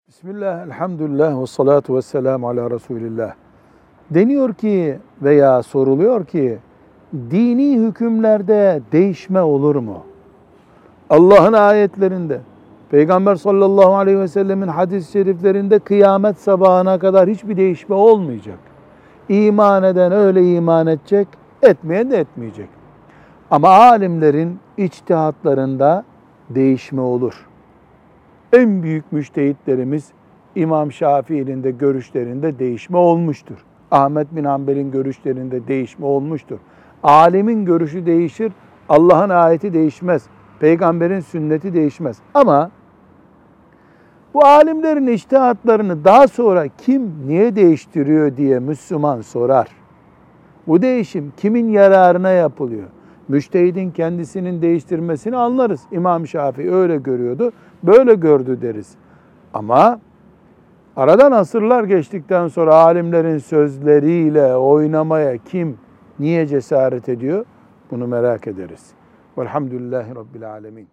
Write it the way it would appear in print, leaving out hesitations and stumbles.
Bismillah, elhamdülillah ve salatu ve selamu ala Resulillah. Deniyor ki veya soruluyor ki dini hükümlerde değişme olur mu? Allah'ın ayetlerinde, Peygamber sallallahu aleyhi ve sellemin hadis-i şeriflerinde kıyamet sabahına kadar hiçbir değişme olmayacak. İman eden öyle iman edecek, etmeyen de etmeyecek. Ama alimlerin içtihatlarında değişme olur. En büyük müştehitlerimiz İmam Şafii'nin de görüşlerinde değişme olmuştur. Ahmet bin Hanbel'in görüşlerinde değişme olmuştur. Alimin görüşü değişir, Allah'ın ayeti değişmez, peygamberin sünneti değişmez. Ama bu alimlerin içtihatlarını daha sonra kim niye değiştiriyor diye Müslüman sorar. Bu değişim kimin yararına yapılıyor? Müştehidin kendisinin değiştirmesini anlarız. İmam Şafii öyle görüyordu, böyle gördü deriz. Ama aradan asırlar geçtikten sonra alimlerin sözleriyle oynamaya kim, niye cesaret ediyor? Bunu merak ederiz. Velhamdülillahi Rabbil alemin.